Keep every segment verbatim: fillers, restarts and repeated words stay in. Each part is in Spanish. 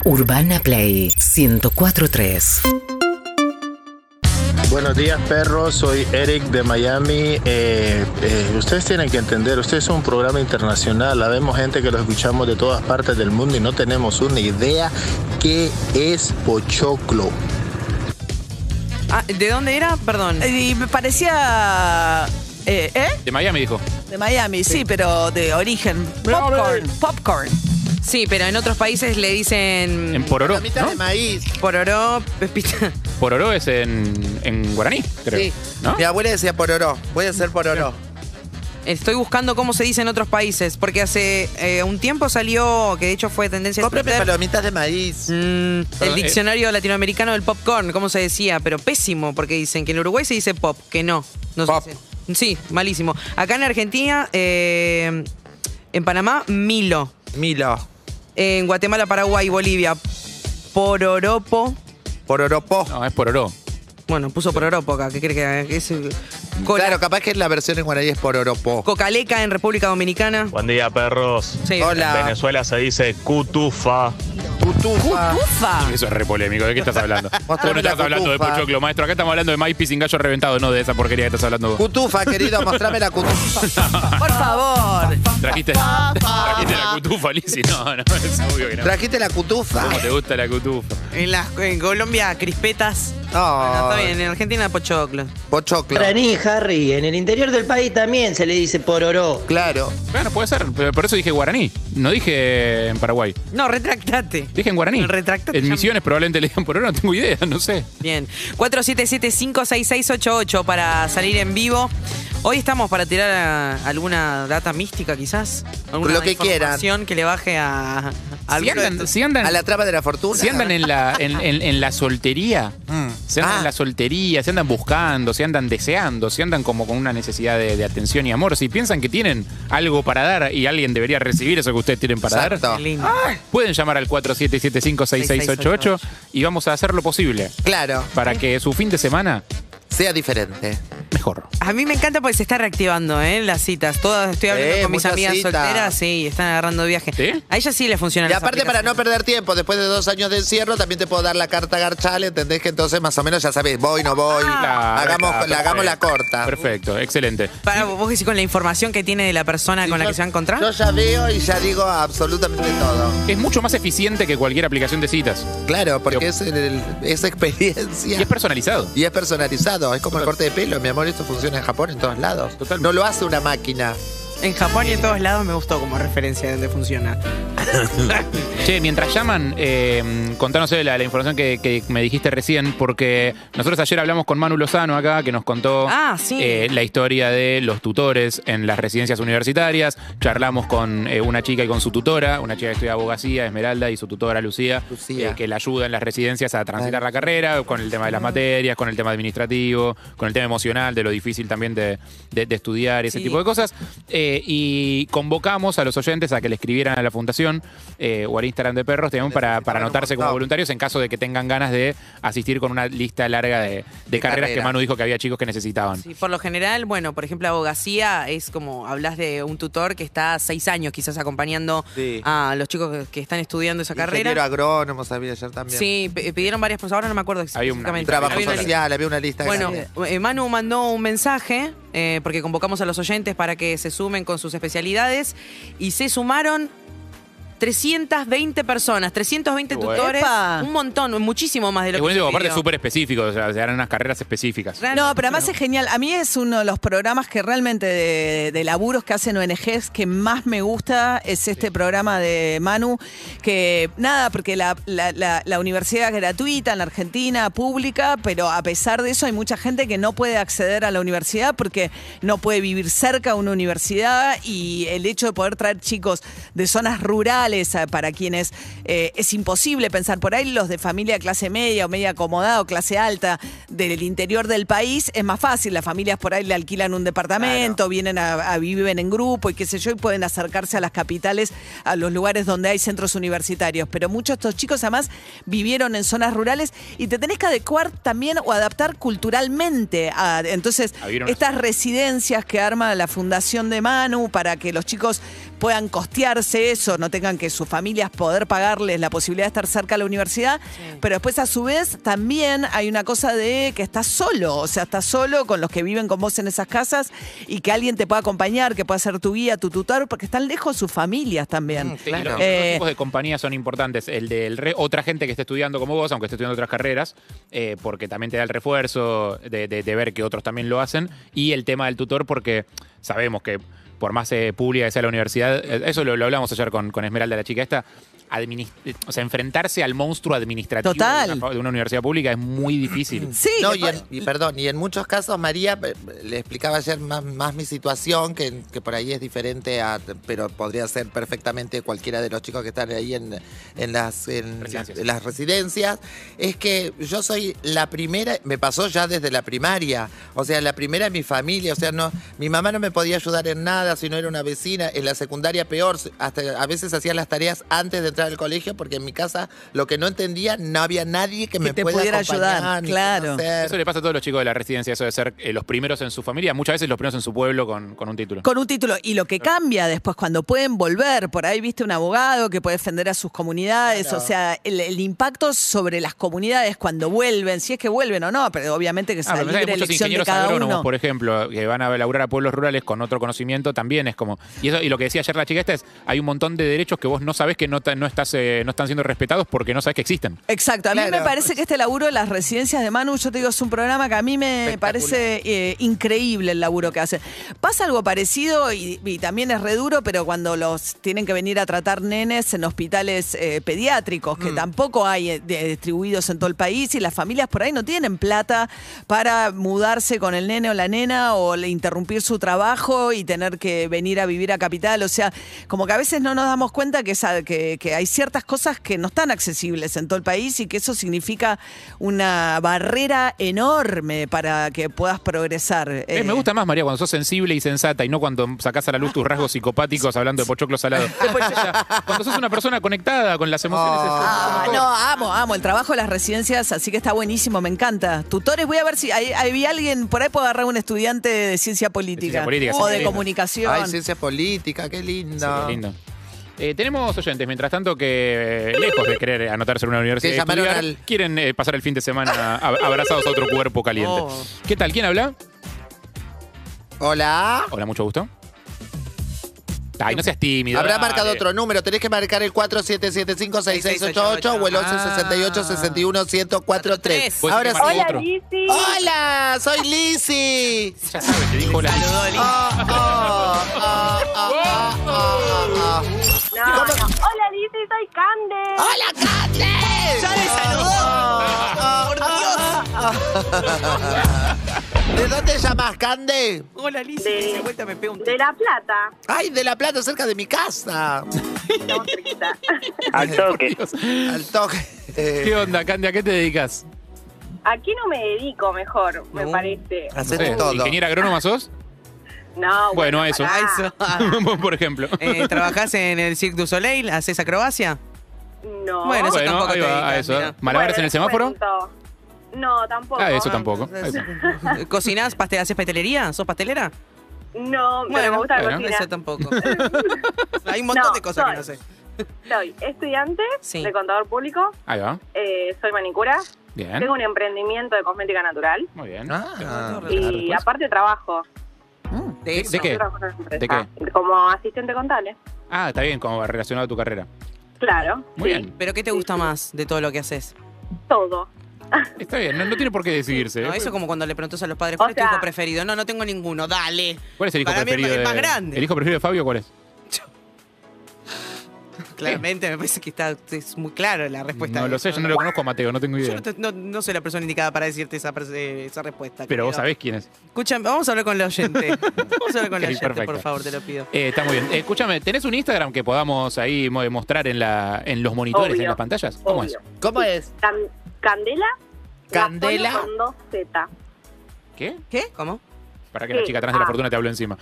Urbana Play ciento cuatro punto tres. Buenos días, perros. Soy Eric de Miami. Eh, eh, ustedes tienen que entender, ustedes son un programa internacional. Habemos gente que lo escuchamos de todas partes del mundo y no tenemos una idea qué es pochoclo. Ah, ¿de dónde era? Perdón. Y me parecía... Eh, ¿eh? De Miami, dijo. De Miami, sí, pero de origen. Popcorn. Popcorn. Sí, pero en otros países le dicen... En Pororó, La mitad ¿no? de maíz. Pororó, pepita. Pororó es en, en guaraní, creo. Sí. ¿No? Mi abuela decía pororó. Voy a hacer pororó. Estoy buscando cómo se dice en otros países, porque hace eh, un tiempo salió, que de hecho fue tendencia en Cómprame Twitter, palomitas de maíz. mm, el Perdón, diccionario latinoamericano del popcorn, ¿cómo se decía? Pero pésimo, porque dicen que en Uruguay se dice pop, que no. no Pop. Se dice. Sí, malísimo. Acá en Argentina, eh, en Panamá, Milo. Milo. En Guatemala, Paraguay y Bolivia, Pororopo. Pororopo. No, es Pororó. Bueno, puso Pororopo acá, ¿qué cree que, que es? Cola- Claro, capaz que la versión en guaraní es pororopo. Cocaleca en República Dominicana. Buen día, perros. Sí. Hola. En Venezuela se dice cutufa. Cutufa. ¡Ufa! Eso es re polémico. ¿De qué estás hablando? Vos Mostrame no estás la hablando de cutufa. pochoclo, maestro. Acá estamos hablando de maíz sin gallo reventado, no de esa porquería que estás hablando vos. Cutufa, querido, mostrame la cutufa. Por favor. Trajiste, trajiste la cutufa, Lizzy. No, no, es obvio que no. ¿Trajiste la cutufa? ¿Cómo te gusta la cutufa? En, las, en Colombia, crispetas. No. Bueno, está bien, en Argentina, pochoclo. Pochoclo. Guaraní, Harry. En el interior del país también se le dice pororó. Claro. Bueno, puede ser. pero Por eso dije guaraní. No dije en Paraguay. No, retractate. Dije en guaraní. Retractate. En Misiones probablemente le digan Pororó, no tengo idea, no sé. Bien. cuatro siete siete, cinco seis seis ocho ocho para salir en vivo. Hoy estamos para tirar a- alguna data mística, quizás. Alguna Lo que quieran. información que le baje a... a Si alguno de andan, estos- si andan, A la trama de la fortuna. si andan en, la, en, en- en la soltería, Mm. si andan Ah. en la soltería, si andan buscando, si andan deseando, si andan como con una necesidad de, de atención y amor, si piensan que tienen algo para dar y alguien debería recibir eso que ustedes tienen para Exacto. dar, Qué lindo. pueden llamar al cuatro siete siete, cinco seis seis ocho ocho y vamos a hacer lo posible Claro. para que su fin de semana Sea diferente. mejor. A mí me encanta porque se está reactivando, ¿eh? Las citas. Todas, estoy hablando Eh, con mis muchas amigas citas. solteras, sí, están agarrando viaje. ¿Sí? A ellas sí les funcionan Y las aparte, para no aplicaciones. perder tiempo, después de dos años de encierro, también te puedo dar la carta Garchal, ¿entendés? Que entonces más o menos ya sabés, voy, no voy. Claro, hagamos, está, la, hagamos la perfecto. corta. Perfecto, excelente. Para vos decís con la información que tiene de la persona Y con la yo- que se va a encontrar. Yo ya veo y ya digo absolutamente todo. Es mucho más eficiente que cualquier aplicación de citas. Claro, porque Yo- es, el- el- es experiencia. Y es personalizado. Y es personalizado, es como el corte de pelo, mi amor, esto funciona en Japón en todos lados. Total. No lo hace una máquina. En Japón y en todos lados me gustó como referencia de dónde funciona. Che, mientras llaman, eh, contanos eh, la, la información que, que me dijiste recién, porque nosotros ayer hablamos con Manu Lozano acá, que nos contó Ah, sí. eh, la historia de los tutores en las residencias universitarias. Charlamos con eh, una chica y con su tutora, una chica que estudia abogacía, Esmeralda, y su tutora, Lucía, Lucía. eh, que la ayuda en las residencias a transitar la carrera, con el tema de las materias, con el tema administrativo, con el tema emocional, de lo difícil también de, de- de estudiar y ese Sí. tipo de cosas. Eh, y convocamos a los oyentes a que le escribieran a la fundación eh, o al Instagram de Perros también para, para Necesitaban un anotarse como montón. voluntarios en caso de que tengan ganas de asistir con una lista larga de, de De carreras que carrera. Manu dijo que había chicos que necesitaban. Sí, por lo general, bueno, por ejemplo, abogacía es como hablas de un tutor que está seis años quizás acompañando Sí. a los chicos que, que están estudiando esa Ingeniero carrera. agrónomo sabía ayer también. Sí, p- pidieron varias cosas, ahora no me acuerdo Había una- exactamente. Trabajo Había una lista. social, había una lista Bueno, grande. eh, Manu mandó un mensaje, eh, porque convocamos a los oyentes para que se sumen con sus especialidades, y se sumaron trescientas veinte personas, trescientos veinte Qué bueno. tutores, ¡Epa! un montón, muchísimo más de lo Es que buenísimo, se aparte pidió. súper específico, o sea, se harán unas carreras específicas. No, pero además es genial. A mí es uno de los programas que realmente de, de laburos que hacen O N Ges que más me gusta, es este programa de Manu, que nada, porque la, la- la- la universidad es gratuita en la Argentina, pública, pero a pesar de eso hay mucha gente que no puede acceder a la universidad porque no puede vivir cerca de una universidad, y el hecho de poder traer chicos de zonas rurales a- para quienes eh, es imposible pensar por ahí, los de familia clase media o media acomodada o clase alta del interior del país, es más fácil. Las familias por ahí le alquilan un departamento, vienen a, a viven en grupo y qué sé yo, y pueden acercarse a las capitales, a los lugares donde hay centros universitarios. Pero muchos de estos chicos además vivieron en zonas rurales y te tenés que adecuar también o adaptar culturalmente. A, entonces, Ah, vieron estas residencias que arma la Fundación de Manu para que los chicos puedan costearse eso, no tengan que sus familias poder pagarles la posibilidad de estar cerca de la universidad, sí. Pero después a su vez también hay una cosa de que estás solo, o sea, estás solo con los que viven con vos en esas casas y que alguien te pueda acompañar, que pueda ser tu guía, tu tutor, porque están lejos sus familias también. Mm, claro. Los, eh, los tipos de compañía son importantes. El de el re, otra gente que esté estudiando como vos, aunque esté estudiando otras carreras, eh, porque también te da el refuerzo de, de, de ver que otros también lo hacen. Y el tema del tutor, porque sabemos que por más eh, pública que sea la universidad, eh, eso lo, lo hablamos ayer con, con Esmeralda, la chica esta, administ o sea, enfrentarse al monstruo administrativo Total. De, una, de una universidad pública es muy difícil. Sí. No, y, en, y perdón, y en muchos casos, María, le explicaba ayer más, más mi situación, que, que por ahí es diferente, a, pero podría ser perfectamente cualquiera de los chicos que están ahí en, en, las, en, Residencias. en las residencias, es que yo soy la primera, me pasó ya desde la primaria, o sea, la primera en mi familia, o sea, no, mi mamá no me podía ayudar en nada si no era una vecina, en la secundaria peor, hasta a veces hacía las tareas antes de entrar al colegio, porque en mi casa lo que no entendía, no había nadie que, que me te pueda pudiera acompañar, ayudar, ni claro. conocer. Eso le pasa a todos los chicos de la residencia, eso de ser eh, los primeros en su familia, muchas veces los primeros en su pueblo con, con un título. Con un título. Y lo que cambia después, cuando pueden volver, por ahí viste un abogado que puede defender a sus comunidades, Claro. o sea, el, el impacto sobre las comunidades cuando vuelven, si es que vuelven o no, pero obviamente que Ah, sea pero pensá que libre muchos elección de ingenieros cada agrónomos, uno. por ejemplo, que van a laburar a pueblos rurales con otro conocimiento, también es como... Y eso y lo que decía ayer la chica esta es, hay un montón de derechos que vos no sabés que no, ta- no, estás, eh, no están siendo respetados porque no sabés que existen. Exacto, a mí Claro. me parece que este laburo de las residencias de Manu, yo te digo, es un programa que a mí me Espectacular. parece eh, increíble el laburo que hacen. Pasa algo parecido y, y también es re duro, pero cuando los tienen que venir a tratar nenes en hospitales eh, pediátricos, que Mm. tampoco hay eh, de- distribuidos en todo el país y las familias por ahí no tienen plata para mudarse con el nene o la nena o le interrumpir su trabajo y tener que venir a vivir a Capital. O sea, como que a veces no nos damos cuenta que, esa- que, que hay ciertas cosas que no están accesibles en todo el país y que eso significa una barrera enorme para que puedas progresar. Eh, Eh, me gusta más, María, cuando sos sensible y sensata y no cuando sacás a la luz tus rasgos psicopáticos hablando de pochoclo salado. Cuando sos una persona conectada con las emociones... es- Ah, es- no, amo, amo el trabajo de las residencias, así que está buenísimo, me encanta. Tutores, voy a ver si hay, hay alguien, por ahí puedo agarrar un estudiante de ciencia política, ciencia política, o sí, de lindo. comunicación. Ay, ciencia política, qué lindo. Sí, qué lindo. Eh, tenemos oyentes, mientras tanto, que eh, lejos de querer anotarse en una universidad Que y llamaron estudiar, al- quieren eh, pasar el fin de semana ab- abrazados a otro cuerpo caliente. Oh. ¿Qué tal? ¿Quién habla? Hola. Hola, mucho gusto. Ay, no seas tímido. Habrá dale. marcado otro número. Tenés que marcar el cuatro siete siete cinco seis seis ocho ocho o el once sesenta y ocho sesenta y uno ciento cuarenta y tres. Pues Ahora que sí. marcó Hola, otro. Lizzy. ¡Hola! ¡Soy Lizzy! Ya sabes, te dijo la... Oh, oh, oh, oh, oh, oh, oh. No, no. Hola, Lizzy, soy Cande. ¡Hola, Cande! ¡Ya le saludó! ¡Por Dios! ¿De dónde llamas, Cande? Hola, Liz. De- De vuelta me pego un De La Plata. ¡Ay, de La Plata, cerca de mi casa! Estamos cerquita. Al toque. Al toque. ¿Qué onda, Candia? ¿A qué te dedicas? Aquí no me dedico mejor, me No. parece. Haces No sé, todo. ¿Ingeniera agrónoma sos? No, Bueno, eso. pará. Ah, eso. Por ejemplo. Eh, ¿Trabajás en el Cirque du Soleil? ¿Haces acrobacia? No. Bueno, eso Bueno, tampoco ahí te va, a dedicas, eso. mira. ¿Malabares Bueno, en el semáforo? cuento. No, tampoco. Ah, eso tampoco. Es- Eso. ¿Cocinás? Pastel, ¿Haces pastelería? ¿Sos pastelera? No, pero me gusta la bueno, cocina. Eso tampoco. Hay un montón No, de cosas que no soy. sé. Soy estudiante Sí. de contador público, Ahí va. eh, soy manicura, Bien. tengo un emprendimiento de cosmética natural Muy bien. Ah. y aparte trabajo. De ¿De, eso. de qué? Trabajo en una empresa, ¿De qué? Como asistente contable. Ah, está bien, como relacionado a tu carrera. Claro. Muy sí. bien. ¿Pero qué te gusta más de todo lo que haces? Todo. Está bien, no, no tiene por qué decidirse. No, ¿eh? eso como cuando le preguntas a los padres, O ¿cuál es tu sea- hijo preferido? No, no tengo ninguno, dale. ¿Cuál es el hijo Para mí preferido? el más de- grande. ¿El hijo preferido de Fabio cuál es? Claramente me parece que está es muy claro la respuesta. No lo sé, yo no lo conozco a Mateo, no tengo Yo idea. no, te- no- no soy la persona indicada para decirte esa, pers- eh, esa respuesta. Pero vos querido. sabés quién es. Escúchame, vamos a hablar con la oyente. Vamos a hablar con la Ok, oyente, perfecto. por favor, te lo pido. Eh, está muy bien. Eh, escúchame, ¿tenés un Instagram que podamos ahí mo- mostrar en, la, en los monitores, Obvio. en las pantallas? ¿Cómo Obvio. es? ¿Cómo es? Can- Candela. Candela. Gazolo con dos Z. ¿Qué? ¿Qué? ¿Cómo? Para que la Sí. chica trans de la Ah. fortuna te hable encima.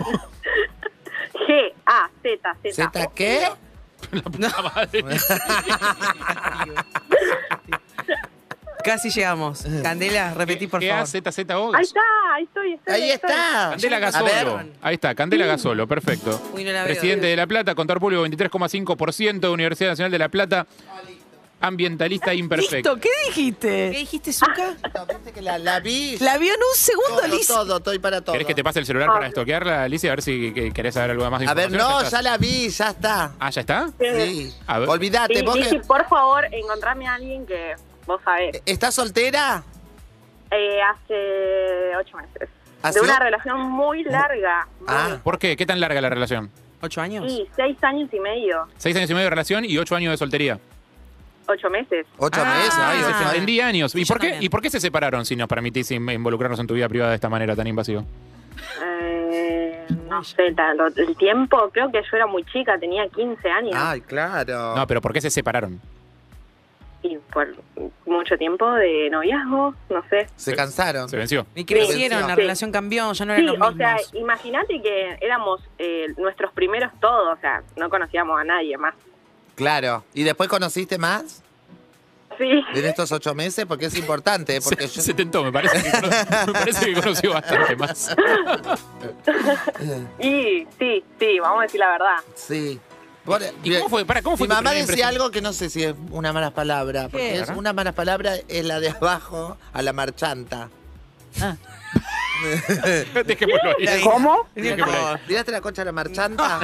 G A Z Z. ¿Z qué? La puta madre. Casi llegamos. Candela, repetí por ¿Qué favor. A Z Z O? Ahí está, ahí estoy, estoy. Ahí estoy. está. Candela A Gasolo. ver. Ahí está, Candela Gasolo, perfecto. Uy, no la veo. Presidente de La Plata, contador público veintitrés coma cinco por ciento, Universidad Nacional de La Plata, ambientalista imperfecto. Listo, ¿qué dijiste? ¿Qué dijiste, Zucca? No, viste que la, la vi. La vio en un segundo, todo, Liz. todo, estoy para todo. ¿Querés que te pase el celular para estoquearla, Alicia? A ver si que- querés saber algo más de A ver, información. no, estás? ya la vi, ya está. Ah, ¿ya está? Sí. A ver. Olvídate, Sí, vos Lizzy, que- por favor, encontrame a alguien que vos sabés. ¿Estás soltera? Eh, hace ocho meses. ¿Hace De una o- relación muy larga. Ah, ¿Por qué? ¿Qué tan larga la relación? ¿Ocho años? Y seis años y medio. Seis años y medio de relación y ocho años de soltería. Ocho meses. ocho Ah, meses. Ay, ah. ocho años. Entendí años. ¿Y Sí, yo por, qué, también. ¿Y por qué se separaron si nos permitís in- involucrarnos en tu vida privada de esta manera tan invasiva? Eh, no sé, la- lo- el tiempo, creo que yo era muy chica, tenía quince años. Ay, claro. No, pero ¿por qué se separaron? Y por mucho tiempo de noviazgo, no sé. Se cansaron. Se venció. Y crecieron, Sí. la relación cambió, ya no eran Sí, los o sea, mismos. imagínate que éramos eh, nuestros primeros todos, o sea, no conocíamos a nadie más. Claro. ¿Y después conociste más Sí. en estos ocho meses? Porque es importante, ¿eh? Porque se, yo... se tentó, me parece, que cono- me parece que conoció bastante más. Y sí, sí, vamos a decir la verdad. Sí. Por- ¿Y cómo fue? Para, ¿cómo fue Mi tu mamá primera decía impresión? algo que no sé si es una mala palabra. Porque ¿Qué? es una mala palabra es la de abajo a la marchanta. Dejémoslo ahí. ¿Cómo? Dejémoslo ahí. ¿Tiraste la concha a la marchanta?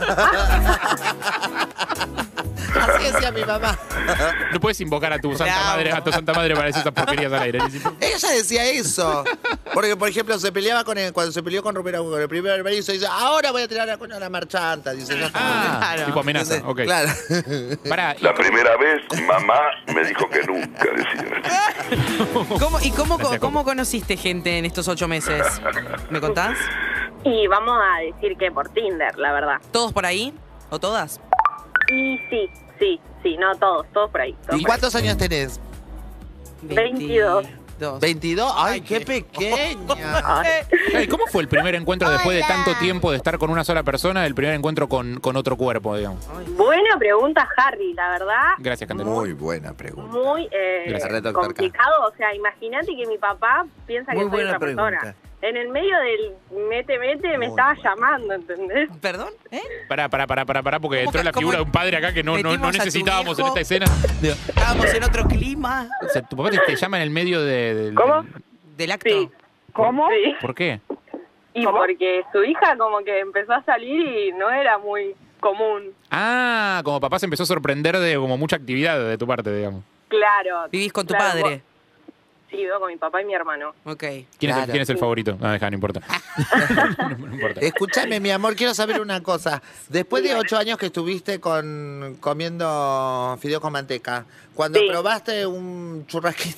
Así decía mi mamá. No puedes invocar a tu santa Bravo. madre, a tu santa madre para decir esas porquerías al aire. Lizzy. Ella decía eso. Porque, por ejemplo, se peleaba con el, cuando se peleó con Romero, con el primer marido, dice, ahora voy a tirar la concha a la marchanta. Dice, ya está. Ah, Claro. tipo amenaza, ok. Claro. Pará, La primera vez, mamá me dijo que nunca, decía. ¿Cómo, ¿Y cómo, Gracias, cómo Coco. conociste gente en estos ocho meses? ¿Me contás? Y vamos a decir que por Tinder, la verdad. ¿Todos por ahí? ¿O todas? Y sí, sí, sí, no todos, todos por ahí. todos ¿Y por ahí. cuántos años tenés? veintidós. ¿veintidós? Ay, qué pequeña. Ay, Ay, ¿cómo fue el primer encuentro después de tanto tiempo de estar con una sola persona, el primer encuentro con, con otro cuerpo, digamos? buena pregunta, Harry, la verdad. Gracias, Candela. Muy buena pregunta. Muy eh, Gracias. Red Doctor K. complicado. O sea, imagínate que mi papá piensa Muy que soy buena otra pregunta. persona. En el medio del mete, mete, me Muy estaba buena. llamando, ¿entendés? ¿Perdón? ¿Eh? Pará, pará, pará, pará, pará, porque ¿Cómo entró que- la cómo figura de un padre acá que no, no, no metimos a tu necesitábamos en viejo? esta escena. Estábamos en otro clima O sea, tu papá te, te llama en el medio de, del- ¿Cómo? del acto. Sí. ¿Cómo? Sí. ¿Por qué? Y porque su hija como que empezó a salir y no era muy común. Ah, como papá se empezó a sorprender de como mucha actividad de tu parte, digamos. Claro. ¿Vivís con tu Claro, padre? vos- Sí, vivo con mi papá y mi hermano. Ok. ¿Quién, es, Claro. el, quién es el favorito? No, deja, no importa. no, no importa. Escúchame, mi amor, quiero saber una cosa. Después de ocho años que estuviste con comiendo fideos con manteca, cuando Sí. probaste un churrasquito,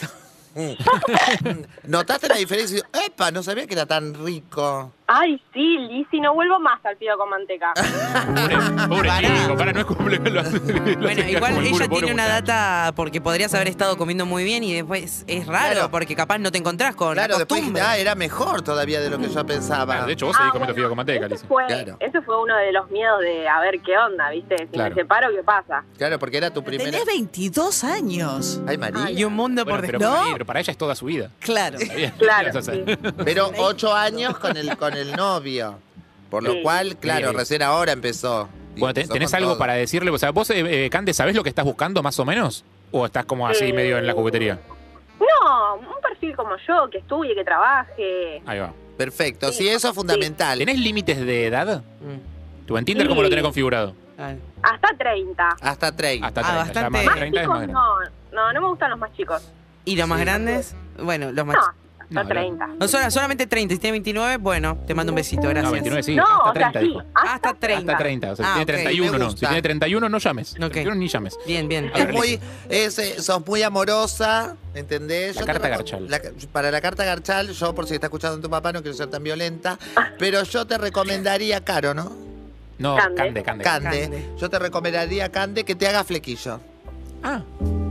¿notaste la diferencia? ¡Epa! No sabía que era tan rico. Ay, sí, Lizzy, no vuelvo más al fideo con manteca. Pobre, pobre chico, para, no es cumple. Lo, lo Bueno, acercas igual como el ella culo, pobre tiene una muchacho. data porque podrías haber estado comiendo muy bien y después es raro Claro. porque capaz no te encontrás con Claro, la después costumbre. dijiste, ah, era mejor todavía de lo que yo pensaba. Claro, de hecho, vos seguís Ah, comiendo bueno, fideo con manteca, ese Lizzy. fue, Claro. ese fue uno de los miedos de a ver qué onda, ¿viste? Si Claro. me separo, ¿qué pasa? Claro, porque era tu primera... Tenés veintidós años. Ay, María. Y un mundo Bueno, por pero, después. para, pero para ella es toda su vida. Claro. Está bien. Claro, ¿Qué vas a hacer? Pero ocho años con el, con el novio. Por lo Sí. cual, claro, Bien. recién ahora empezó. Y Bueno, ¿ten- empezó ¿tenés con algo todo. para decirle? O sea, vos, eh, eh, Cande, ¿sabés lo que estás buscando más o menos? ¿O estás como así Eh, medio en la juguetería? No, un perfil como yo, que estudie, que trabaje. Ahí va. Perfecto, sí, Sí, eso es fundamental. ¿Tenés límites de edad? Mm. ¿Tú en Tinder Sí. cómo lo tenés configurado? Ah, Hasta treinta. Hasta treinta. Hasta Ah, treinta. ya bastante. más de Más treinta es chicos más grande. no, no, no me gustan los más chicos. ¿Y los más grandes? Bueno, los más... No, hasta No, no. treinta. No, sola- solamente treinta. Si tiene veintinueve, bueno, te mando un besito, gracias. No, veintinueve sí. No, hasta o sea, treinta sí, dijo. hasta, Hasta treinta. Hasta treinta. O sea, Ah, si ok, tiene treinta y uno, me no. gusta. Si tiene treinta y uno, no llames. Ok. treinta y uno ni llames. Bien, bien. A ver, Es muy, es, eh, sos muy amorosa, ¿entendés? La Yo te carta reco- Garchal. la- para la carta Garchal, yo por si está escuchando tu papá, no quiero ser tan violenta, pero yo te recomendaría, Caro, ¿no? No, Cande. Cande, Cande. Cande. Cande. Yo te recomendaría, Cande, que te haga flequillo. Ah,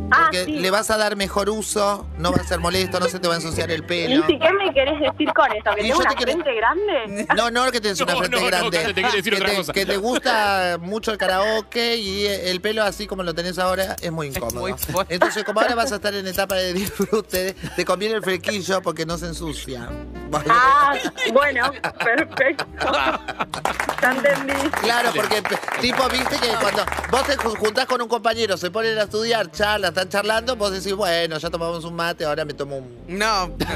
Ah, Porque sí. le vas a dar mejor uso, no va a ser molesto, no se te va a ensuciar el pelo. Lizzy, ¿qué me querés decir con eso? ¿Que Y tengo yo te una quiero- frente grande? No, no que tenés una No, frente no, no, grande. Cande, te quiere decir que, otra te, cosa. que te gusta mucho el karaoke y el pelo así como lo tenés ahora es muy incómodo. muy fuerte. Entonces, como ahora vas a estar en etapa de disfrute, te conviene el flequillo porque no se ensucia. Ah, bueno, perfecto. Ya entendí. Claro, porque pe- tipo, viste que cuando vos te ju- juntás con un compañero, se ponen a estudiar, charla, están charlando, vos decís, bueno, ya tomamos un mate, ahora me tomo un... No, no,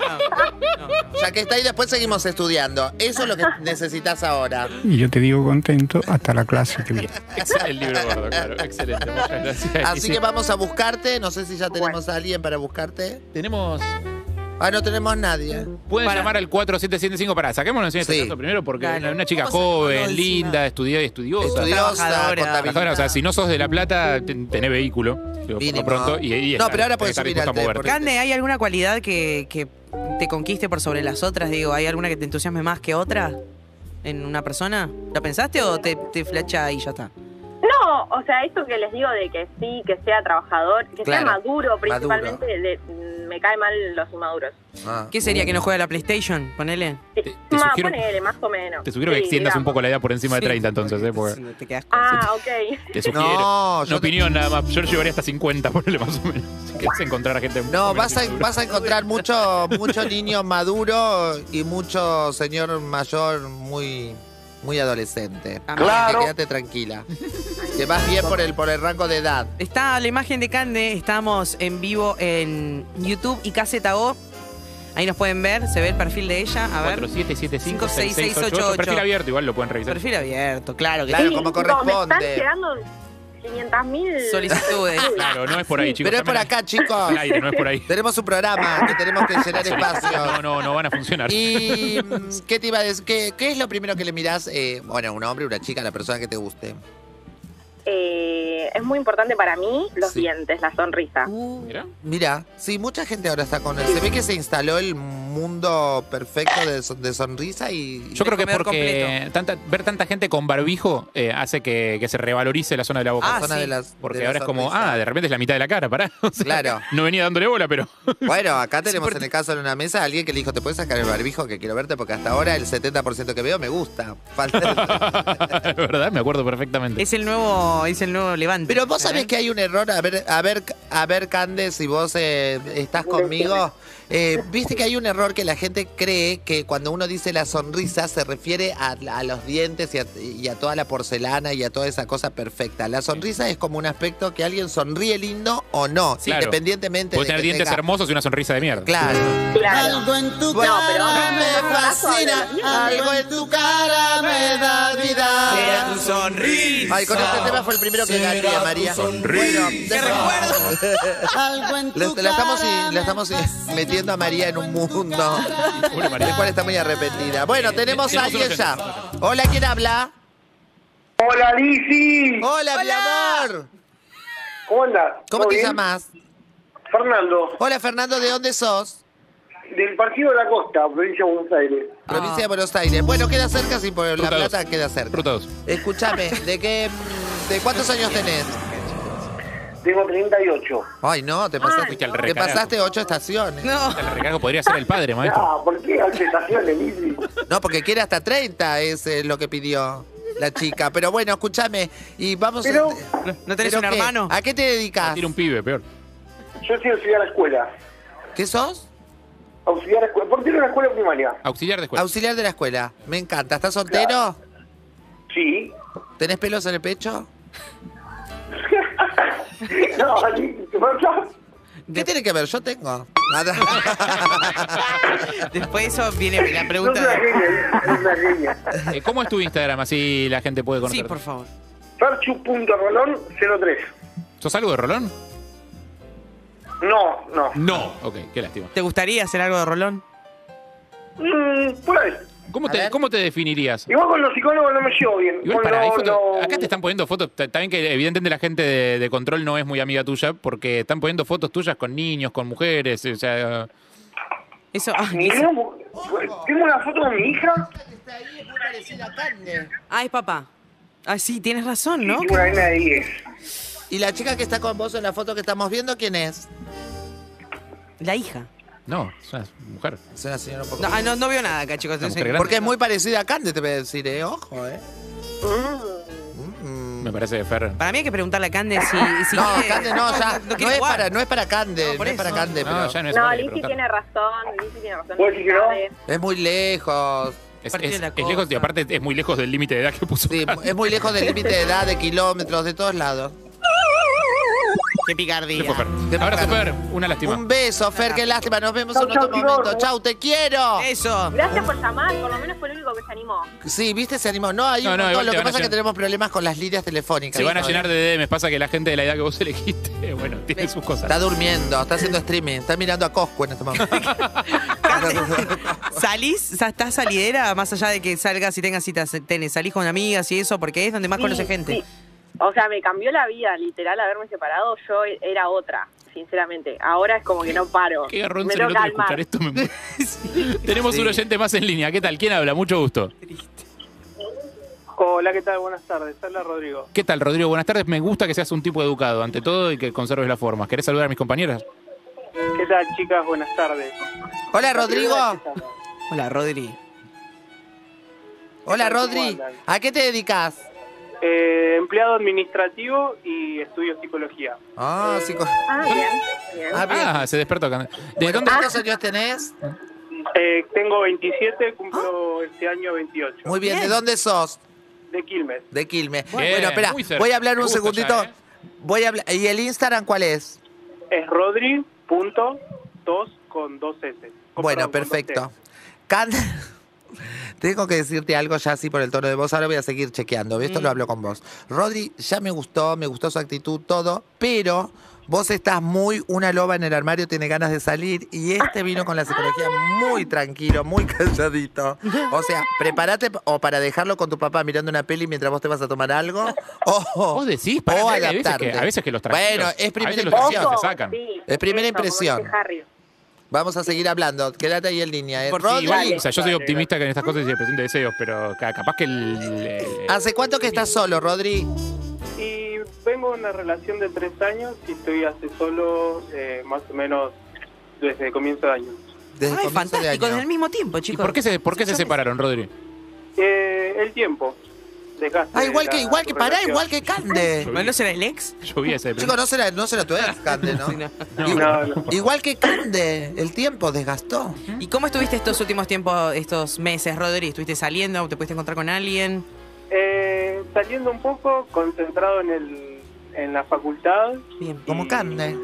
no. Ya que está ahí, después seguimos estudiando. Eso es lo que necesitas ahora. Y yo te digo contento hasta la clase que viene. El libro gordo, claro. Excelente, muchas gracias. Así que vamos a buscarte. No sé si ya tenemos a alguien para buscarte. Tenemos... Ah, no tenemos nadie. Pueden Para. llamar al cuatro siete siete cinco para saquémonos en este Sí. caso primero porque Dale. una, una chica Vamos a joven, sacarlo linda, estudiada y estudiosa. Estudiosa, trabajadora. Trabajadora, contabilidad. o sea, si no sos de La Plata, ten- tenés vehículo, digo, por lo Mínimo. pronto. Y, y No, está, pero ahora tenés podés que estar subir dispuesto al a tren, moverte. porque- Cande, ¿hay alguna cualidad que, que te conquiste por sobre las otras? Digo, ¿hay alguna que te entusiasme más que otra en una persona? ¿La pensaste o te, te flecha y ya está? No, o sea, esto que les digo de que sí, que sea trabajador, que Claro, sea maduro, principalmente, de- me cae mal los inmaduros. Ah. ¿Qué sería que no juega a la PlayStation? Ponele. Sí, Te- te más, sugiero- ponele, más o menos. Te sugiero que Sí, extiendas un digamos. poco la edad por encima de Sí, treinta entonces, ¿eh? Porque Te quedas con- Ah, ok. te sugiero. No, Una yo te- opinión nada más. Yo llevaría hasta cincuenta, ponele más o menos. Si querés encontrar a gente... No, menos vas a, inmadura. vas a encontrar mucho, mucho niño maduro y mucho señor mayor muy, muy adolescente. Ah, Claro. Quédate tranquila. Que vas bien por el, por el rango de edad. Está la imagen de Cande, estamos en vivo en YouTube y Caseta O. Ahí nos pueden ver, se ve el perfil de ella. A ver. cuatro siete siete cinco cinco seis seis seis seis ocho ocho ocho. ocho. Perfil abierto, igual lo pueden revisar. Perfil abierto, claro que Claro, sí. como Chicos, me corresponde. están llegando quinientas mil Solicitudes. Claro, no es por ahí, chicos. Pero es por También acá, chicos. al aire, no es por ahí. Tenemos un programa que tenemos que llenar espacio. No, no, no van a funcionar. ¿Y mm, qué te iba a decir? ¿Qué, qué es lo primero que le mirás, eh, bueno, a un hombre, una chica, a la persona que te guste? Eh, es muy importante para mí los Sí. dientes, la sonrisa. Mira. Mira, sí, mucha gente ahora está con él. Se ve que se instaló el mundo perfecto de, son- de sonrisa y... Yo creo que comer porque completo. tanta, ver tanta gente con barbijo eh, hace que, que se revalorice la zona de la boca. Ah, zona sí. de las- Porque de la ahora es como, sonrisa. ah, de repente es la mitad de la cara, pará. O sea, Claro. No venía dándole bola, pero. Bueno, acá tenemos en el caso de una mesa a alguien que le dijo, ¿te puedes sacar el barbijo que quiero verte? Porque hasta ahora el setenta por ciento que veo me gusta. Falta el- Es verdad, me acuerdo perfectamente. Es el nuevo, es el nuevo Levante. Pero vos sabés ¿Eh? que hay un error, a ver, a ver, a ver, Cande, si vos eh, estás conmigo, eh, viste que hay un error que la gente cree que cuando uno dice la sonrisa se refiere a, a los dientes y a, y a toda la porcelana y a toda esa cosa perfecta. La sonrisa es como un aspecto que alguien sonríe lindo o no, Claro. independientemente Puedes de tener que dientes tenga- hermosos y una sonrisa de mierda. Claro. Claro. Algo en tu Bueno, cara pero no, me no, no, fascina, no, no, no, no. algo en tu cara me da vida. tu sonrisa. Ay, con este tema fue el primero que gané, María. Bueno, ¡Qué recuerdo! Le- la estamos, la estamos metiendo a María en un mundo Pobre María. del cual está muy arrepentida. Bueno, tenemos a alguien ya. Hola, ¿quién habla? Hola, Lizzy. Hola, mi amor. ¿Cómo andás? ¿Cómo ¿Todo te bien? llamas? Fernando, Hola, Fernando, ¿de dónde sos? del Partido de la Costa, provincia de Buenos Aires. Provincia de Buenos Aires. Bueno, queda cerca, si por La Ruta dos. Plata queda cerca. Ruta dos. Escúchame, ¿de qué, de cuántos años tenés? Tengo treinta y ocho. Ay, no, te pasaste, Fuiste al te recarajo. pasaste ocho estaciones. No. El recargo podría ser el padre, maestro. Ah, ¿por qué ocho estaciones, Lizzy? No, porque quiere hasta treinta, es eh, lo que pidió la chica. Pero bueno, escúchame, y vamos Pero- a... ¿No tenés ¿Pero un qué? hermano? ¿A qué te dedicas? Tiene un pibe, peor. Yo soy auxiliar de la escuela. ¿Qué sos? Auxiliar de escuela. ¿Por qué en la escuela primaria? Auxiliar de escuela. Auxiliar de la escuela. Me encanta. ¿Estás soltero? Sí. ¿Tenés pelos en el pecho? No, Lizzy, ¿qué pasa? ¿Qué tiene que ver? Yo tengo. Nada. Después de eso viene la No pregunta. es una de- genia, es una genia. Eh, ¿Cómo es tu Instagram? Así la gente puede Sí, conocer. por favor. Ferchu punto rolón cero tres. ¿Sos algo de Rolón? No, no. No. Ok, qué lástima. ¿Te gustaría hacer algo de Rolón? Mm, por ahí. ¿Cómo A te, ver. ¿Cómo te definirías? Igual con los psicólogos no me llevo bien. Igual Con para, hay los- fotos- los- acá te están poniendo fotos, ta- también que evidentemente la gente de, de control no es muy amiga tuya, porque están poniendo fotos tuyas con niños, con mujeres, o sea... Eso. ah, Mi eso- hijo- Tengo una foto de mi hija. Ah, es papá. Ah, sí, tienes razón, ¿no? Tengo una nena de diez. ¿Y la chica que está con vos en la foto que estamos viendo, quién es? La hija. No, es una mujer. Es una señora un poco... No, ah, no, no veo nada acá, chicos. Una Sí. mujer grande. Porque es muy parecida a Cande, te voy a decir, ¿eh? Ojo, ¿eh? Me parece que Fer. Para mí hay que preguntarle a Cande si... si No, quiere- Cande no, ya. No, quiere es jugar. para, no es para Cande, No, no, por es para eso. Cande, No, pero ya no es No, hora de Lizzy preguntar. tiene razón. Lizzy tiene razón. ¿Vos, no Chiqui, no? sabe. es muy lejos. Es, Partido es- de la es lejos y cosa. aparte es muy lejos del límite de edad que puso. Sí, Cande. es muy lejos del límite de edad, de kilómetros, de todos lados. Qué picardía. ¿Qué fue, Fer? Qué Abrazo, picardía. Fer. Una lástima. Un beso, Fer, qué lástima. Nos vemos Chau, en otro chau, chicos. momento. Chau, te quiero. Eso. Gracias por llamar, por lo menos fue el único que se animó. Sí, viste, se animó. No, hay No, un no, montón. igual Lo te que van a pasa es que llenar- tenemos problemas con las líneas telefónicas. Se van a ¿no? llenar de D Ms. Pasa que la gente de la edad que vos elegiste, bueno, tiene sus cosas. Está durmiendo, está haciendo streaming, está mirando a Coscu en este momento. ¿Salís? O sea, ¿estás salidera? Más allá de que salgas y tengas citas, tenés, salís con amigas y eso, porque es donde más Sí, conoce gente. sí. O sea, me cambió la vida, literal, haberme separado. Yo era otra, sinceramente. Ahora es como que no paro. Qué garrón me ser el tengo que otro de escuchar calmar. esto. Me muero. Tenemos Sí. un oyente más en línea. ¿Qué tal? ¿Quién habla? Mucho gusto. Hola, ¿qué tal? Buenas tardes. Habla Rodrigo. ¿Qué tal, Rodrigo? Buenas tardes. Me gusta que seas un tipo educado, ante todo, y que conserves las formas. ¿Querés saludar a mis compañeras? ¿Qué tal, chicas? Buenas tardes. Hola, Rodrigo. Hola, Rodri. Hola, ¿Cómo Rodri. andan? ¿A qué te dedicas? Eh, empleado administrativo y estudio psicología. Ah, sí. Ah, bien, bien. Ah, bien. Ah, se despertó. ¿De Bueno, dónde? ¿cuántos años tenés? Eh, tengo veintisiete, cumplo este año veintiocho. Muy bien. ¿De dónde sos? De Quilmes. De Quilmes. Bien, Bueno, espera, muy cerca. voy a hablar Me un gusta segundito. ya, ¿eh? Voy a hablar. ¿Y el Instagram cuál es? Es rodri punto dos con dos S. Con- Bueno, perdón, con dos perfecto. Can- Tengo que decirte algo ya así por el tono de voz. Ahora voy a seguir chequeando. Esto lo hablo con vos. Rodri, ya me gustó, me gustó su actitud, todo, pero vos estás muy una loba en el armario, tiene ganas de salir y este vino con la psicología muy tranquilo, muy calladito. O sea, prepárate o para dejarlo con tu papá mirando una peli mientras vos te vas a tomar algo o, Vos decís, para o hay veces adaptarte. que, a veces que los tranquilos. Bueno, es a primera veces los impresión. tranquilos te sacan. Sí, Es primera eso, como impresión. dice Harry. Vamos a seguir hablando. Quédate ahí en línea. ¿eh? Por Rodri, igual, o sea, yo soy Dale, optimista que en estas cosas y presento deseos, pero ca- capaz que el. el- ¿hace cuánto que estás solo, Rodri? Y vengo de una relación de tres años y estoy hace solo eh, más o menos desde comienzo de año. Desde el Ay, comienzo de fantástico, año. desde el mismo tiempo, ¿Y chicos. por qué se, por qué se separaron, Rodri? Eh, el tiempo. Desgaste Ah, igual de que, la igual que, pará, relación. igual que Cande. ¿Bueno, ¿no será el ex? Yo vi ese. Chicos, no será, no será tu ex, Cande, ¿no? Sí, no. No, no. Igual que Cande, el tiempo desgastó. ¿Y cómo estuviste estos últimos tiempos, estos meses, Rodri? ¿Estuviste saliendo? ¿Te pudiste encontrar con alguien? Eh, saliendo un poco, concentrado en el en la facultad. Bien. Como Cande.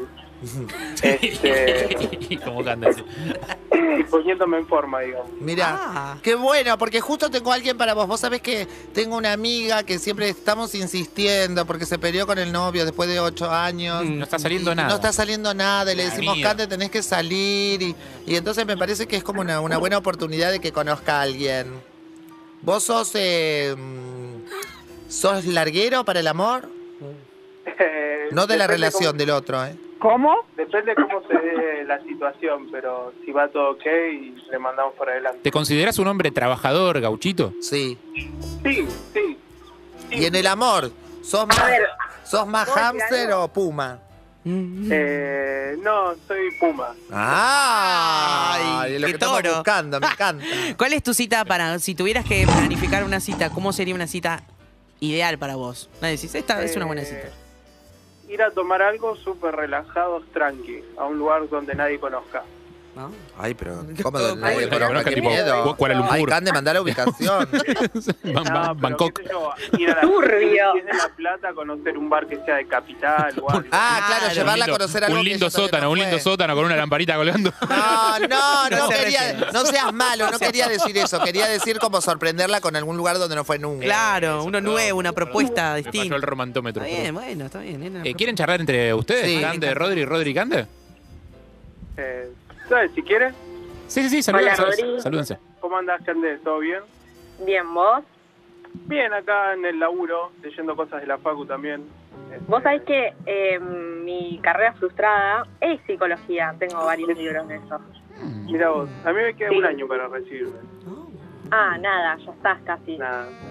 Este, Como canta, sí. y poniéndome en forma, digamos. Mirá, Ah. qué bueno, porque justo tengo a alguien para vos. Vos sabés que tengo una amiga que siempre estamos insistiendo porque se peleó con el novio después de ocho años. No está saliendo Y nada. No está saliendo nada, y le La decimos, vida. Cande, tenés que salir. Y, y entonces me parece que es como una, una buena oportunidad de que conozca a alguien. ¿Vos sos, eh, mm, sos larguero para el amor? Eh, No de la depende relación cómo- del otro, ¿eh? ¿Cómo? Depende cómo se dé la situación, pero si va todo ok, le mandamos por adelante. ¿Te considerás un hombre trabajador, gauchito? Sí. Sí, sí. Y en el amor, ¿sos más, A ver, sos más ¿puedo decir hámster algo? o puma? Eh, no, soy Puma. ¡Ah! Ay, es lo qué que estamos toro. buscando, me encanta. ¿Cuál es tu cita para, si tuvieras que planificar una cita, cómo sería una cita ideal para vos? No decís, esta es una buena Eh, cita. Ir a tomar algo súper relajados, tranqui, a un lugar donde nadie conozca. ¿No? Ay, pero Qué ¿cómo todo de nadie bueno. conozca? Conozca, Qué tipo, miedo. Kuala Lumpur. Ay, Cande, mandá la ubicación. Ban- No, Ban- pero Bangkok. qué sé yo, ir a la Turbio. si es de La Plata, conocer un bar que sea de capital o algo. Ah, claro, Claro. llevarla a Un lindo- conocer algo un que lindo ella todavía sótano, no un lindo fue. sótano con una lamparita colgando. No, no, no, No se quería, refiere. no seas malo, no quería decir eso. Quería decir como sorprenderla con algún lugar donde no fue nunca. Claro, uno nuevo, una propuesta Me falló distinta. el romantómetro. Está bien, perdón. bueno, está bien. era una Eh, ¿Quieren charlar entre ustedes? Sí. Cande, Rodri, Rodri, Cande. Eh, ¿Sabes? Si quieres, Sí, sí, sí, salúdense. Hola, Rodri. salúdense. ¿cómo andás, Candé? ¿Todo bien? Bien, ¿vos? Bien, acá en el laburo, leyendo cosas de la facu también. Este, Vos sabés que eh, mi carrera frustrada es psicología. Tengo varios libros de eso. Mira vos, a mí me queda Sí. un año para recibirme. Ah, nada, ya estás casi. Nada.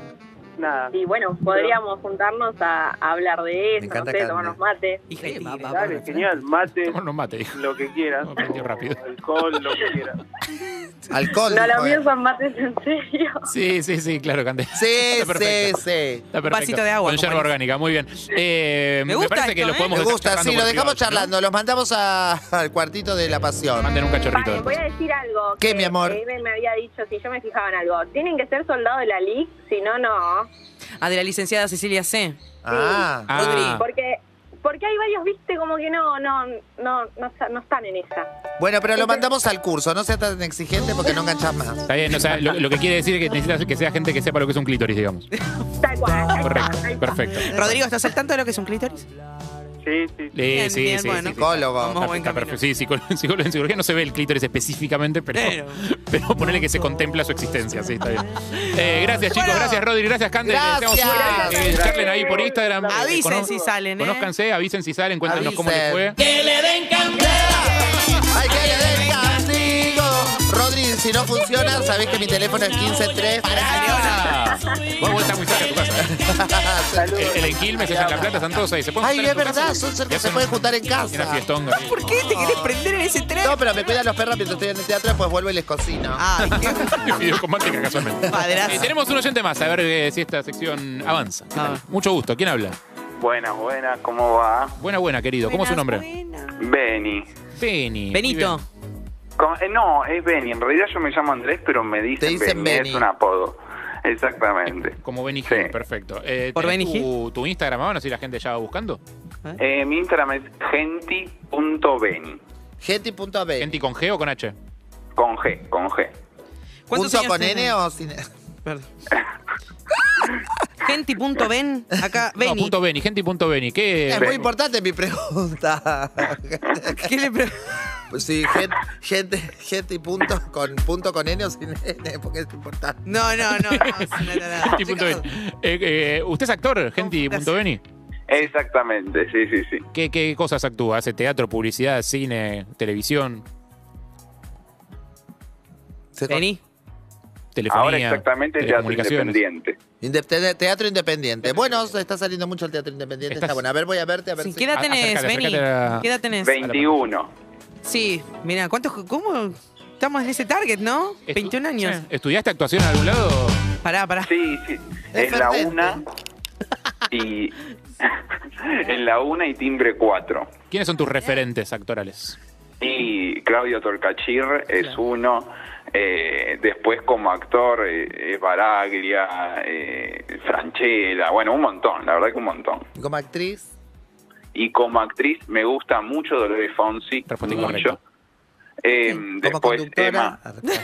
nada. Y bueno, podríamos juntarnos a, a hablar de eso, no encanta sé, Carmen. tomarnos mate. Hija de tigre. Dale, genial, mate, Tomarnos mate, dijo. lo que quieras. No, aprendió rápido. Alcohol, lo que quieras. Alcohol. No, dijo lo él. mío son mates en serio. Sí, sí, sí, claro, Cande. Sí, Está sí, perfecto. sí. Está perfecto. vasito de agua, Con yerba compañero. orgánica, muy bien. Eh, Me gusta parece que esto, lo ¿eh? podemos Me dejar gusta, charlando sí, lo por dejamos privado, ¿no? charlando. Los mandamos a- al cuartito de la pasión. Manden un cachorrito. Vale, voy a decir algo. ¿Qué, que mi amor? Eve me había dicho, si yo me fijaba en algo. Tienen que ser soldados de la L I C, si no, no. Ah, de la licenciada Cecilia C. Ah, Ah. Rodri. Porque porque hay varios, viste, como que no no no no, no están en esa. bueno, pero lo mandamos al curso. No sea tan exigente porque no enganchás más. Está bien, o sea, lo, lo que quiere decir es que necesitas que sea gente que sepa lo que es un clítoris, digamos. Tal cual. tal Correcto, cual, tal cual. perfecto. Rodrigo, ¿estás al tanto de lo que es un clítoris? Sí, sí. Sí, Bien, sí, bien, sí, bueno. sí. Psicólogo. Vamos Está- buen está camino. perfecto. Sí, psicólogo, en psicólogo- en psicología no se ve el clítoris específicamente, pero, Pero- pero ponele que se contempla su existencia. Sí, está bien. Eh, gracias, chicos. Bueno. Gracias, Rodri. Gracias, Cande. Les deseamos Gracias. suerte. Eh, charlen ahí por Instagram. Eh, Avisen cono- si salen, ¿eh? Conózcanse, avisen si salen, cuéntenos cómo les Avisen. fue. ¡Que le den candela! ¡Ay, que le den castigo! Rodri, si no funciona, sabés que mi teléfono es quince tres. ¡Pará! Vos, vos estás muy cerca de tu casa. El, el en Quilmes, ella en La Plata, están todos ahí. ¿Se pueden Ay, juntar es en tu verdad, casa? son cerca, Y se hacen pueden juntar en Una casa. fiestonga. ¿Por qué te querés prender en ese tren? No, pero me cuidan los perros mientras estoy en el teatro, pues vuelvo y les cocino. Ay, qué Video con manteca, casualmente. Padrazo. Eh, tenemos un oyente más, a ver eh, si esta sección avanza. ¿Qué tal? ver. Mucho gusto. ¿Quién habla? Buenas, buenas, ¿cómo va? Buena, buena, querido. ¿Cómo es su nombre? Beni. Beni. Benito. ¿Cómo? Eh, no, es Beni. En realidad yo me llamo Andrés, pero me dicen, dicen Beni, Beni. es un apodo. Exactamente. Como Beni Sí. Gil, perfecto. Eh, ¿Por ¿tenés Beni tu, tu Instagram ahora, si la gente ya va buscando? Eh, mi Instagram es genti punto beni. Genti.b. ¿Genti con G o con H? Con G, con G. ¿Cuántos ¿Punto años con tenés? N o sin Perdón. Genti.ben, acá, No, Beni. punto Beni, Genti.Beni. ¿Qué? Es muy importante mi pregunta. ¿Qué le pre- Pues sí, gente, gente, gente y punto con, punto con N o sin N, porque es importante. No, no, no, no, no, no, no. Genti.Beni. Eh, eh, ¿Usted es actor, Genti.Beni? Exactamente, sí, sí, sí. ¿Qué, ¿Qué cosas actúa? ¿Hace teatro, publicidad, cine, televisión, Beni. telefonía? Ahora exactamente teatro telecomunicaciones? independiente. Indep- teatro independiente. Bueno, está saliendo mucho el teatro independiente. Estás- Está bueno. A ver, voy a verte a ver Sí, si... ¿Qué edad A- tenés, acércate, Beni? acércate a- ¿Qué edad tenés? veintiuno. Sí, mira, ¿cuántos, cómo estamos en ese target, no? Estu- veintiún años. Sí. ¿Estudiaste actuación en algún lado? Pará, pará. Sí, sí. Es En la fervente. una y... en la una y timbre cuatro. ¿Quiénes son tus referentes actorales? Y Claudio Torcachir es uno. Eh, después como actor, eh, eh, Baraglia, eh, Franchella, bueno, un montón, la verdad que un montón. Como actriz. Y como actriz me gusta mucho Dolores Fonsi, Respuesta mucho. incorrecta. Eh, Como después conductora.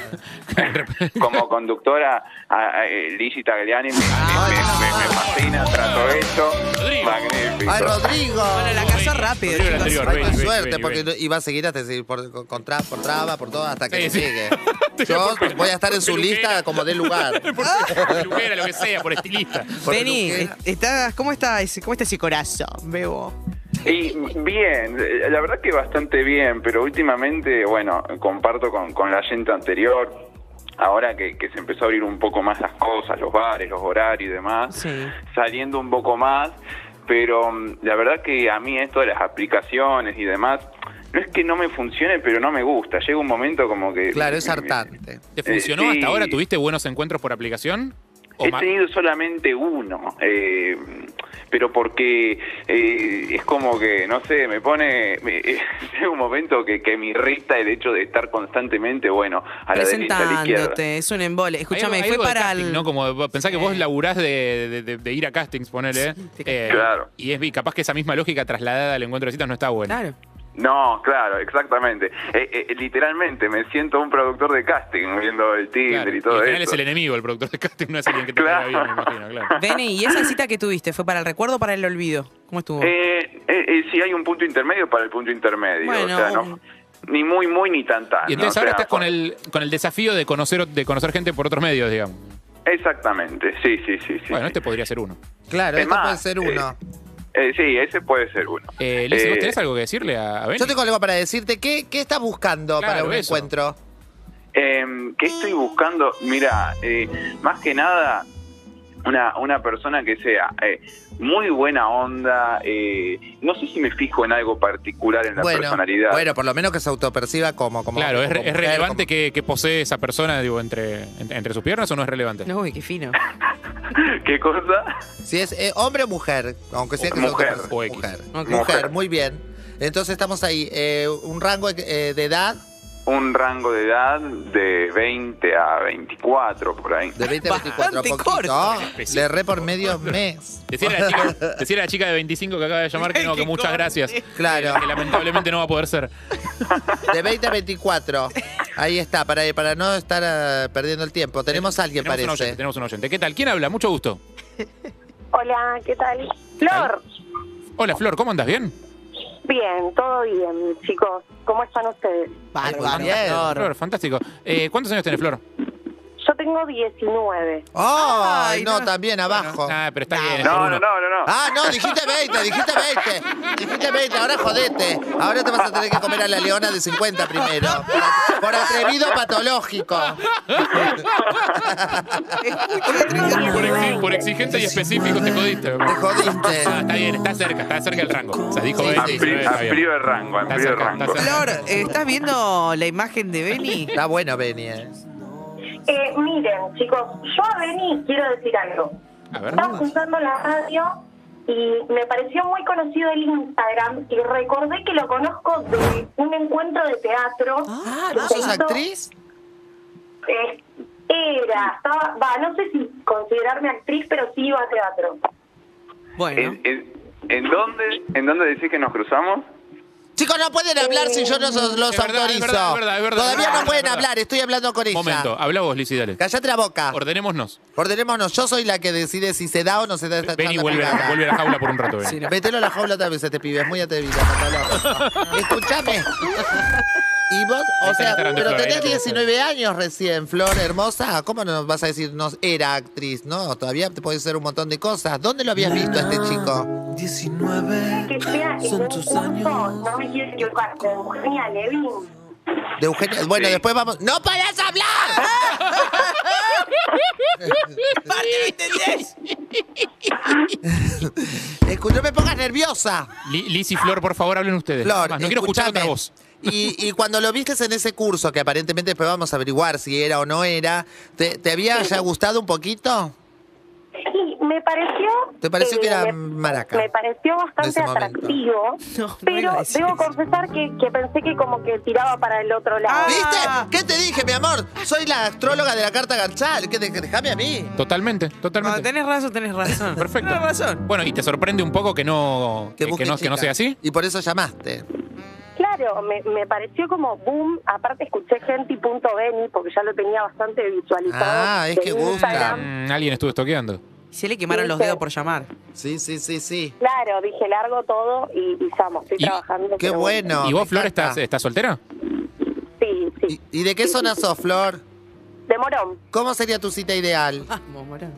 Emma, como conductora, a, a, eh, Lizzie Tagliani me, me- me- me- me fascina, trato eso, magnífico. Ay, Rodrigo. Bueno, la casó rápido, Rodrigo el chicos. anterior, Ay, Beni, qué Beni, suerte, Beni, porque Beni. no- iba a seguir hasta seguir por, con tra- por traba, por todo, hasta que Sí, le sí. llegue. Te Yo por- voy a estar en su peluquera. lista como de lugar. Por peluquera, lo que sea, por estilista. Por Beni, peluquera. ¿estás, ¿cómo está ese, cómo está ese corazón, bebo? Y bien, eh, la verdad que bastante bien, pero últimamente, bueno, comparto con, con la gente anterior, ahora que, que se empezó a abrir un poco más las cosas, los bares, los horarios y demás, Sí. saliendo un poco más, pero mm, la verdad que a mí esto de las aplicaciones y demás, no es que no me funcione, pero no me gusta. Llega un momento como que... Claro, es hartante. ¿Te funcionó Eh, sí. hasta ahora? ¿Tuviste buenos encuentros por aplicación? ¿O He ma- tenido solamente uno, eh, pero porque eh, es como que, no sé, me pone... Me, eh, llega un momento que, que me irrita el hecho de estar constantemente, bueno, a la derecha, a la izquierda. Presentándote, es un embole. Escúchame, Hay algo- hay fue algo de para casting, el... ¿no? Como vos pensá que vos laburás de, de- de- de ir a castings, ponele. eh, Claro. Y es y capaz que esa misma lógica trasladada al encuentro de citas no está buena. Claro. No, claro, exactamente. Eh, eh, literalmente me siento un productor de casting viendo el Tinder Claro. y todo al final eso. es el enemigo, el productor de casting, no es alguien que te Claro. queda bien, me imagino, claro. Beni, ¿y esa cita que tuviste fue para el recuerdo o para el olvido? ¿Cómo estuvo? Eh, eh, eh, sí, hay un punto intermedio para el punto intermedio. Bueno, o sea, no, ni muy, muy, ni tan, tan. Y entonces ¿no? O ahora sea, estás con el, con el desafío de conocer, de conocer gente por otros medios, digamos. Exactamente, sí, sí, sí. sí Bueno, sí. este podría ser uno. Claro, Es esto más, puede ser uno. Eh, sí, ese puede ser uno. Eh, Lizzy, ¿vos Eh, tenés algo que decirle a, a Beni? Yo tengo algo para decirte. ¿Qué, qué estás buscando Claro, para un eso. encuentro? Eh, ¿Qué estoy buscando? Mira, eh, más que nada, una, una persona que sea eh, muy buena onda, eh, no sé si me fijo en algo particular en la Bueno, personalidad. bueno, por lo menos que se autoperciba como... como Claro, ¿es, como es mujer, relevante que, que posee esa persona digo, entre, entre, entre sus piernas o no es relevante? Uy, qué fino. ¿Qué cosa? como- Si es eh, hombre o mujer, aunque sea que se Mujer. autoperciba. O X. Mujer. Ok. Mujer, muy bien. Entonces estamos ahí. Eh, un rango eh, de edad Un rango de edad de veinte a veinticuatro, por ahí. de veinte a veinticuatro. Bastante Poquito. corto. Oh, le erré por medio mes. Decirle a, la chica, decirle a la chica de veinticinco que acaba de llamar que no, que Qué muchas corte. gracias. Claro. Que, que lamentablemente no va a poder ser. De veinte a veinticuatro. Ahí está, para, para no estar eh, perdiendo el tiempo. Tenemos a alguien, Tenemos un parece. oyente, tenemos un oyente. ¿Qué tal? ¿Quién habla? Mucho gusto. Hola, ¿qué tal? Flor. Hola, Flor, ¿cómo andas? ¿Bien? Bien, todo bien, chicos. ¿Cómo están ustedes? Bárbaro. Bien. Flor, fantástico. Eh, ¿Cuántos años tenés, Flor? Yo tengo diecinueve. ¡Oh! Ay, no, no. también abajo. Ah, pero está bien. es por No, uno. no, no, no, no. Ah, no, dijiste veinte, dijiste veinte. Dijiste veinte, ahora jodete. Ahora te vas a tener que comer a la leona de cincuenta primero. Por, por atrevido patológico. Por, exi- por exigente y específico te jodiste. Te jodiste. Ah, está bien, está cerca, está cerca del rango. O sea, dijo veinte, Ampli- diecinueve, está bien. amplio de rango, Está amplio de cerca, rango. está cerca. Flor, eh, ¿estás viendo la imagen de Beni? Está bueno, Beni, eh. Eh, miren, chicos, yo a Beni quiero decir algo. A ver. Estaba escuchando la radio y me pareció muy conocido el Instagram y recordé que lo conozco de un encuentro de teatro. Ah, que ¿vos se sos hizo- actriz? Eh, era, estaba, va, no sé si considerarme actriz, pero sí iba a teatro. Bueno. ¿En, en, en dónde, ¿En dónde decís que nos cruzamos? Chicos, no pueden hablar si yo no los, los Es verdad, autorizo. es verdad, es verdad, es verdad, Todavía es verdad, no pueden es verdad. hablar, estoy hablando con ella. Momento, habla vos, Lizzy, dale. Cállate la boca. Ordenémonos. Ordenémonos, yo soy la que decide si se da o no se da esta Ven y charla vuelve, privada. vuelve a la jaula por un rato. Ven. Sí, no. Mételo a la jaula otra vez, este pibe, es muy atrevido. Matalo. Escúchame. Y vos, o Ahí sea, tenés pero Flor, ahí tenés la tenés. diecinueve años recién, Flor hermosa. ¿Cómo no vas a decir no era actriz? No, todavía te puede ser un montón de cosas. ¿Dónde lo habías visto a este chico? Que sea en un curso, no me quiero equivocar, con Eugenia Levin. De Eugenia. Bueno, después vamos. ¡No parás a hablar! Escu- no me pongas nerviosa. Li- Lizzy y Flor, por favor, hablen ustedes. Flor, Más, no quiero escuchar escúchame. otra voz. Y, y cuando lo viste en ese curso, que aparentemente después vamos a averiguar si era o no era, ¿te, te había ya gustado un poquito? Sí, me pareció... ¿Te pareció que era me- maraca? Me pareció En bastante ese momento. atractivo, no pero iba a decir debo eso. confesar que, que pensé que como que tiraba para el otro lado. ¿Viste? ¿Qué te dije, mi amor? Soy la astróloga de la carta Garchal. ¿Qué te, déjame a mí. Totalmente, totalmente. No, tenés razón, tenés razón. Perfecto. Tenés razón. Bueno, ¿y te sorprende un poco que no, que, que busque no, que no chica. sea así? Y por eso llamaste. Claro, me, me pareció como boom. Aparte escuché Genti.Beni porque ya lo tenía bastante visualizado. Ah, es de que gusta. Instagram. Mm, alguien estuvo estoqueando. Se le quemaron los ¿Viste? dedos por llamar. Sí, sí, sí, sí. Claro, dije largo todo y, y llamo. Estoy Y- trabajando. Qué pero bueno. ¿Y me vos, Flor, encanta. estás, estás soltera? Sí, sí. ¿Y, y de qué zona sos, Flor? De Morón. ¿Cómo sería tu cita ideal? Vamos, Morón.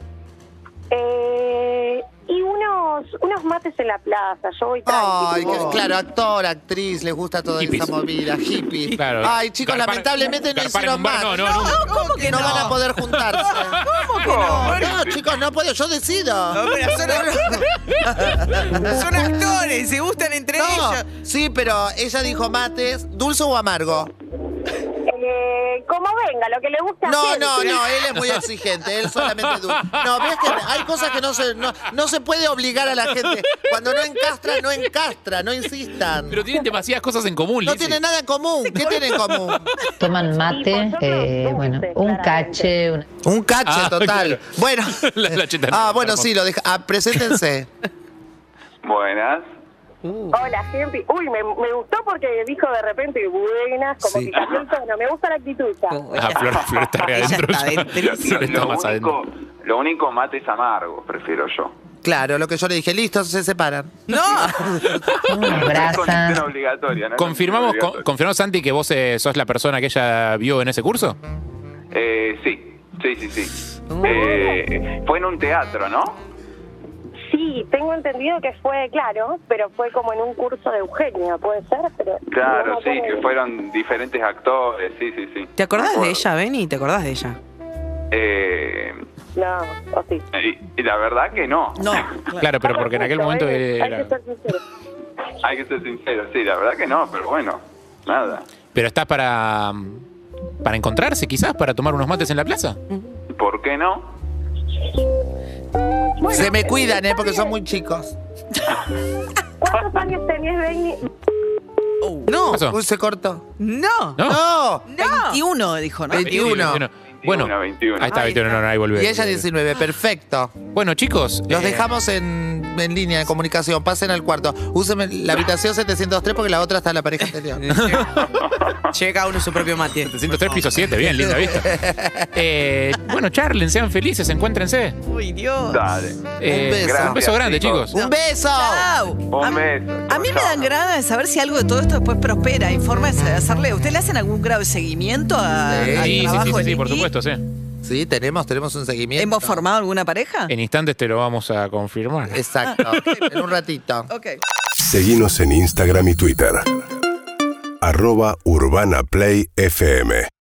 Eh, y unos unos mates en la plaza. Yo voy Ay, tranquilo. que- claro, actor, actriz, les gusta toda Hippies. esa movida, hippie. Claro. Ay, chicos, Garpar- lamentablemente no garpar en hicieron un bar, más. no, no, nunca. ¿Cómo que no, no? van a poder juntarse. ¿Cómo que no? No, chicos, no puedo, yo decido. No, pero son, son actores, se gustan entre No, ellos. sí, pero ella dijo mates, ¿dulce o amargo? Eh, como venga, lo que le gusta. No, siempre. no, no, él es muy exigente, él solamente dulce. No, ves que hay cosas que no se, no, no se puede obligar a la gente. Cuando no encastra, no encastra, no insistan. Pero tienen demasiadas cosas en común, No Lizzy. tienen nada en común. ¿Qué tienen en común? Toman mate, eh, bueno, un cache, una... Un cache Ah, total. claro. Bueno. La- la cheta. Ah, bueno, sí, lo deja. Ah, preséntense. Buenas. Hola, gente. Uy, me, me gustó porque dijo de repente buenas, como Sí. que cambió el tono. Me gusta la actitud ya. Ah, Flor, Flor está re Ella adentro. está ya. adentrísima. Flor está Lo más adentro. único, lo único mates amargos, prefiero yo. Claro, lo que yo le dije, listo, se separan. No. una Es brasa. condición obligatoria, ¿no? ¿Confirmamos, Condición con- ¿Confirmamos, Santi, que vos eh, sos la persona que ella vio en ese curso? Eh, sí, sí, sí, sí. Eh, fue en un teatro, ¿no? Sí, tengo entendido que fue, claro, pero fue como en un curso de Eugenia, ¿puede ser? Pero Claro, no me sí, acuerdo. que fueron diferentes actores, sí, sí, sí. ¿Te acordás Me de acuerdo. ella, Beni? ¿Te acordás de ella? Eh, No, o sí. Y, y la verdad que no. No. Claro, pero porque en aquel momento Eh, Hay era... que ser sincero. Hay que ser sincero, sí, la verdad que no, pero bueno, nada. Pero estás para... para encontrarse quizás, para tomar unos mates en la plaza. ¿Por qué no? Bueno, Se me cuidan, ¿eh? está Porque son bien. muy chicos. ¿Cuántos años tenés, Benny? No, ¿Pasó? Uy, se cortó. no, ¿No? ¡No! veintiuno, dijo, ¿no? veintiuno. Bueno, veintiuno, veintiuno. ahí está, veintiuno, no, no, ahí volvió. Y ella diecinueve, perfecto. Bueno, chicos. Los eh, dejamos en, en línea de comunicación. Pasen al cuarto. Usen la habitación setecientos tres porque la otra está en la pareja anterior. llega uno su propio mate. setecientos tres piso siete, bien, linda vista. Eh, bueno, charlen, sean felices, encuéntrense. Uy, Dios. Dale. Eh, Un beso. un beso grande, chicos. ¡Un beso! Chau. Un beso. A mí me dan ganas de saber si algo de todo esto después prospera. Infórmese de hacerle. ¿Usted le hacen algún grado de seguimiento a, Sí, al Sí, sí, trabajo sí, sí, de sí, por Nicky? supuesto, sí. Sí, tenemos, tenemos un seguimiento. ¿Hemos formado alguna pareja? En instantes te lo vamos a confirmar. Exacto. En un ratito. Ok. Seguinos en Instagram y Twitter. Arroba Urbana Play F M.